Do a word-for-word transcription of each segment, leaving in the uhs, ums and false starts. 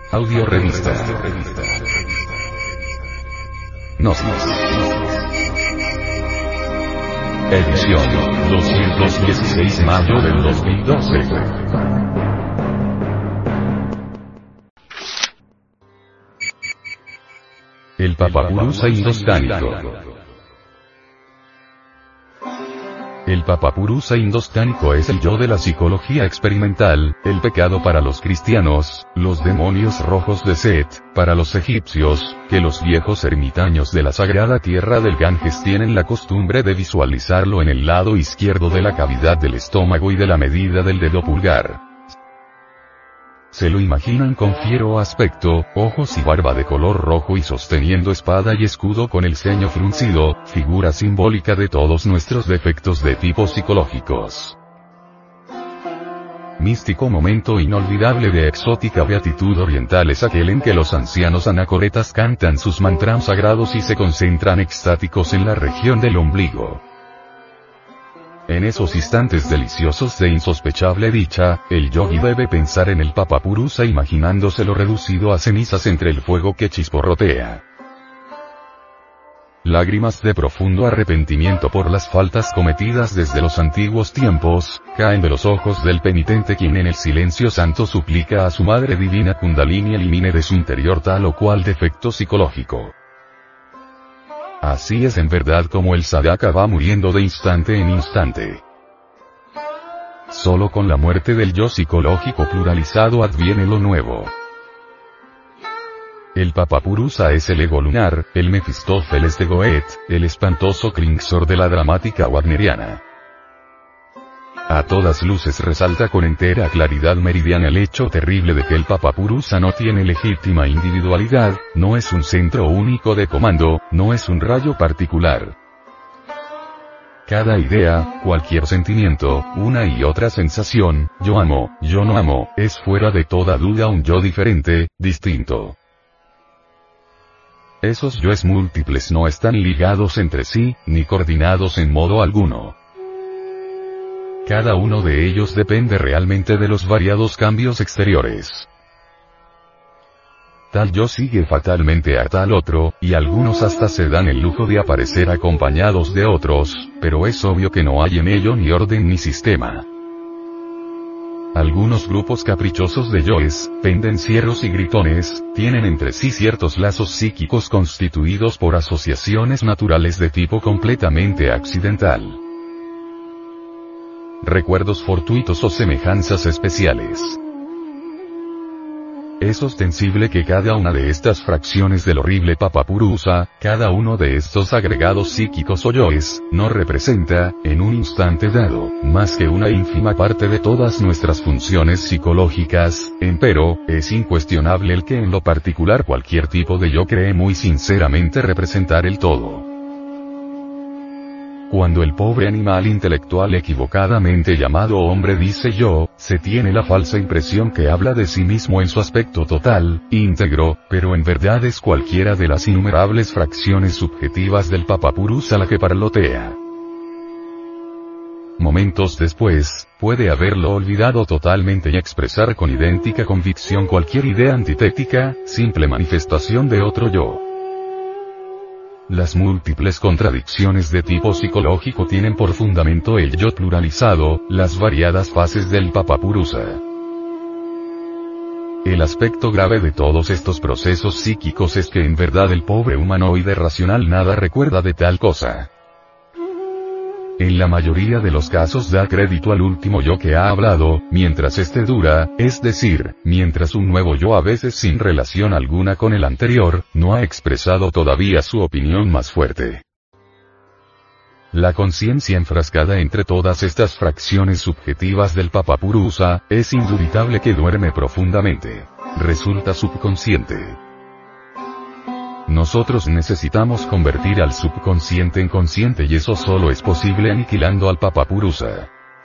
Audio revista. Gnosis. Edición doscientos dieciséis mayo del dos mil doce. El Papapurusa indostánico. El Papapurusa indostánico es el yo de la psicología experimental, el pecado para los cristianos, los demonios rojos de Set, para los egipcios, que los viejos ermitaños de la sagrada tierra del Ganges tienen la costumbre de visualizarlo en el lado izquierdo de la cavidad del estómago y de la medida del dedo pulgar. Se lo imaginan con fiero aspecto, ojos y barba de color rojo y sosteniendo espada y escudo con el ceño fruncido, figura simbólica de todos nuestros defectos de tipo psicológicos. Místico momento inolvidable de exótica beatitud oriental es aquel en que los ancianos anacoretas cantan sus mantras sagrados y se concentran extáticos en la región del ombligo. En esos instantes deliciosos de insospechable dicha, el yogi debe pensar en el Papapurusa imaginándoselo reducido a cenizas entre el fuego que chisporrotea. Lágrimas de profundo arrepentimiento por las faltas cometidas desde los antiguos tiempos, caen de los ojos del penitente quien en el silencio santo suplica a su Madre Divina Kundalini elimine de su interior tal o cual defecto psicológico. Así es en verdad como el sadhaka va muriendo de instante en instante. Solo con la muerte del yo psicológico pluralizado adviene lo nuevo. El Papapurusa es el ego lunar, el Mefistófeles de Goethe, el espantoso Klingsor de la dramática wagneriana. A todas luces resalta con entera claridad meridiana el hecho terrible de que el Papapurusa no tiene legítima individualidad, no es un centro único de comando, no es un rayo particular. Cada idea, cualquier sentimiento, una y otra sensación, yo amo, yo no amo, es fuera de toda duda un yo diferente, distinto. Esos yoes múltiples no están ligados entre sí, ni coordinados en modo alguno. Cada uno de ellos depende realmente de los variados cambios exteriores. Tal yo sigue fatalmente a tal otro, y algunos hasta se dan el lujo de aparecer acompañados de otros, pero es obvio que no hay en ello ni orden ni sistema. Algunos grupos caprichosos de yoes, pendencieros y gritones, tienen entre sí ciertos lazos psíquicos constituidos por asociaciones naturales de tipo completamente accidental. Recuerdos fortuitos o semejanzas especiales. Es ostensible que cada una de estas fracciones del horrible Papapurusa, cada uno de estos agregados psíquicos o yoes, no representa, en un instante dado, más que una ínfima parte de todas nuestras funciones psicológicas, empero, es incuestionable el que en lo particular cualquier tipo de yo cree muy sinceramente representar el todo. Cuando el pobre animal intelectual equivocadamente llamado hombre dice yo, se tiene la falsa impresión que habla de sí mismo en su aspecto total, íntegro, pero en verdad es cualquiera de las innumerables fracciones subjetivas del Papapurusa la que parlotea. Momentos después, puede haberlo olvidado totalmente y expresar con idéntica convicción cualquier idea antitética, simple manifestación de otro yo. Las múltiples contradicciones de tipo psicológico tienen por fundamento el yo pluralizado, las variadas fases del Papapurusa. El aspecto grave de todos estos procesos psíquicos es que en verdad el pobre humanoide racional nada recuerda de tal cosa. En la mayoría de los casos da crédito al último yo que ha hablado, mientras este dura, es decir, mientras un nuevo yo a veces sin relación alguna con el anterior, no ha expresado todavía su opinión más fuerte. La conciencia enfrascada entre todas estas fracciones subjetivas del Papapurusa, es indubitable que duerme profundamente. Resulta subconsciente. Nosotros necesitamos convertir al subconsciente en consciente y eso solo es posible aniquilando al Papapurusa.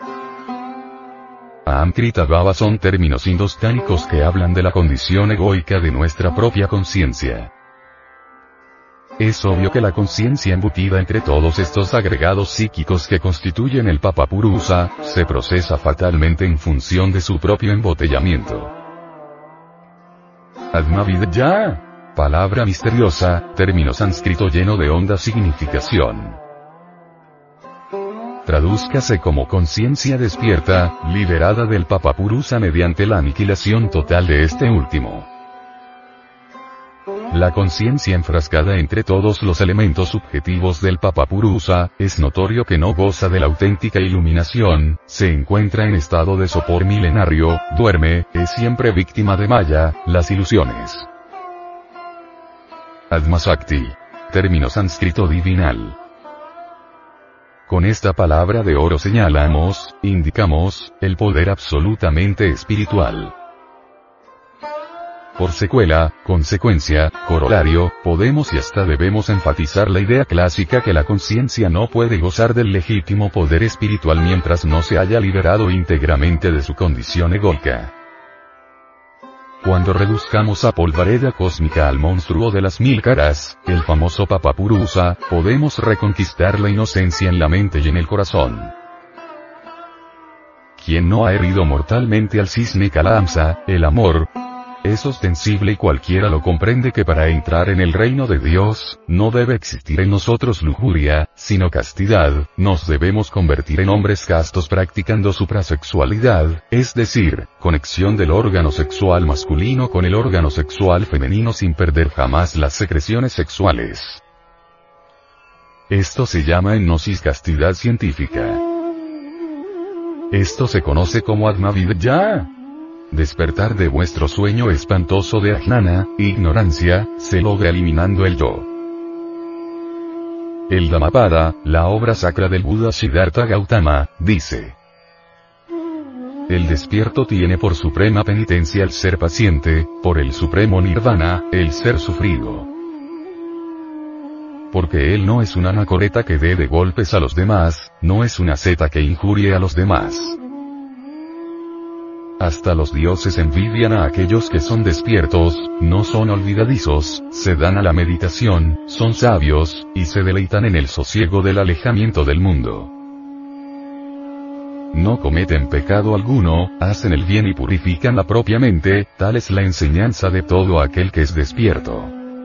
Aham-Krita Bhava son términos indostánicos que hablan de la condición egoica de nuestra propia conciencia. Es obvio que la conciencia embutida entre todos estos agregados psíquicos que constituyen el Papapurusa, se procesa fatalmente en función de su propio embotellamiento. Atmavidya. Palabra misteriosa, término sánscrito lleno de honda significación. Tradúzcase como conciencia despierta, liberada del Papapurusa mediante la aniquilación total de este último. La conciencia enfrascada entre todos los elementos subjetivos del Papapurusa, es notorio que no goza de la auténtica iluminación, se encuentra en estado de sopor milenario, duerme, es siempre víctima de Maya, las ilusiones. Admasakti. Término sánscrito divinal. Con esta palabra de oro señalamos, indicamos, el poder absolutamente espiritual. Por secuela, consecuencia, corolario, podemos y hasta debemos enfatizar la idea clásica que la conciencia no puede gozar del legítimo poder espiritual mientras no se haya liberado íntegramente de su condición egóica. Cuando reduzcamos a polvareda cósmica al monstruo de las mil caras, el famoso Papapurusa, podemos reconquistar la inocencia en la mente y en el corazón. Quien no ha herido mortalmente al cisne Kalamsa, el amor, es ostensible y cualquiera lo comprende que para entrar en el reino de Dios, no debe existir en nosotros lujuria, sino castidad, nos debemos convertir en hombres castos practicando suprasexualidad, es decir, conexión del órgano sexual masculino con el órgano sexual femenino sin perder jamás las secreciones sexuales. Esto se llama en gnosis castidad científica. Esto se conoce como Atmavidya. Despertar de vuestro sueño espantoso de ajnana, ignorancia, se logra eliminando el yo. El Dhammapada, la obra sacra del Buda Siddhartha Gautama, dice: el despierto tiene por suprema penitencia el ser paciente, por el supremo nirvana, el ser sufrido. Porque él no es una anacoreta que dé de golpes a los demás, no es una seta que injurie a los demás. Hasta los dioses envidian a aquellos que son despiertos, no son olvidadizos, se dan a la meditación, son sabios, y se deleitan en el sosiego del alejamiento del mundo. No cometen pecado alguno, hacen el bien y purifican la propia mente, tal es la enseñanza de todo aquel que es despierto.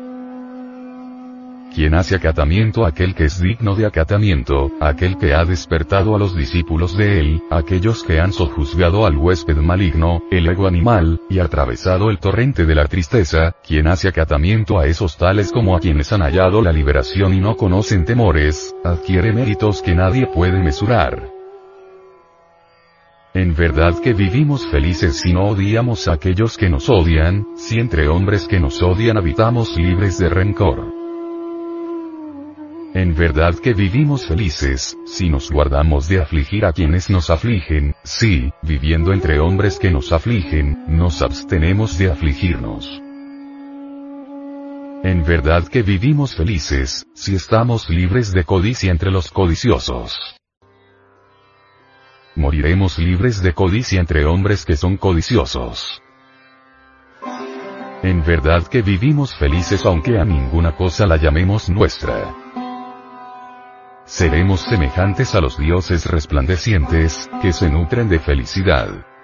Quien hace acatamiento a aquel que es digno de acatamiento, aquel que ha despertado a los discípulos de él, aquellos que han sojuzgado al huésped maligno, el ego animal, y atravesado el torrente de la tristeza, quien hace acatamiento a esos tales como a quienes han hallado la liberación y no conocen temores, adquiere méritos que nadie puede mesurar. En verdad que vivimos felices si no odiamos a aquellos que nos odian, si entre hombres que nos odian habitamos libres de rencor. En verdad que vivimos felices, si nos guardamos de afligir a quienes nos afligen, si, viviendo entre hombres que nos afligen, nos abstenemos de afligirnos. En verdad que vivimos felices, si estamos libres de codicia entre los codiciosos. Moriremos libres de codicia entre hombres que son codiciosos. En verdad que vivimos felices aunque a ninguna cosa la llamemos nuestra. Seremos semejantes a los dioses resplandecientes, que se nutren de felicidad.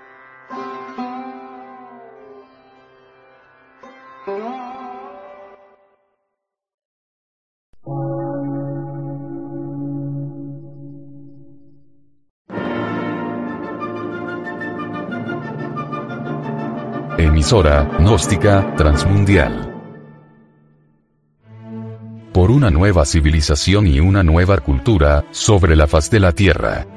Emisora, gnóstica, transmundial. Por una nueva civilización y una nueva cultura, sobre la faz de la Tierra.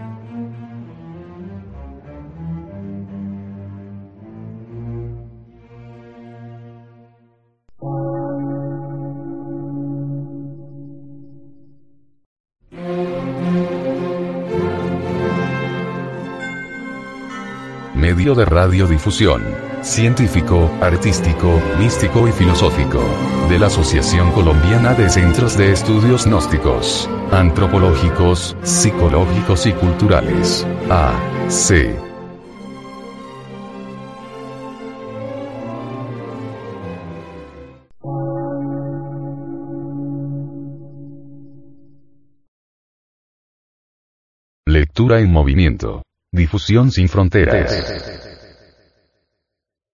Medio de radiodifusión, científico, artístico, místico y filosófico, de la Asociación Colombiana de Centros de Estudios Gnósticos, Antropológicos, Psicológicos y Culturales, A C Lectura en movimiento. Difusión sin fronteras.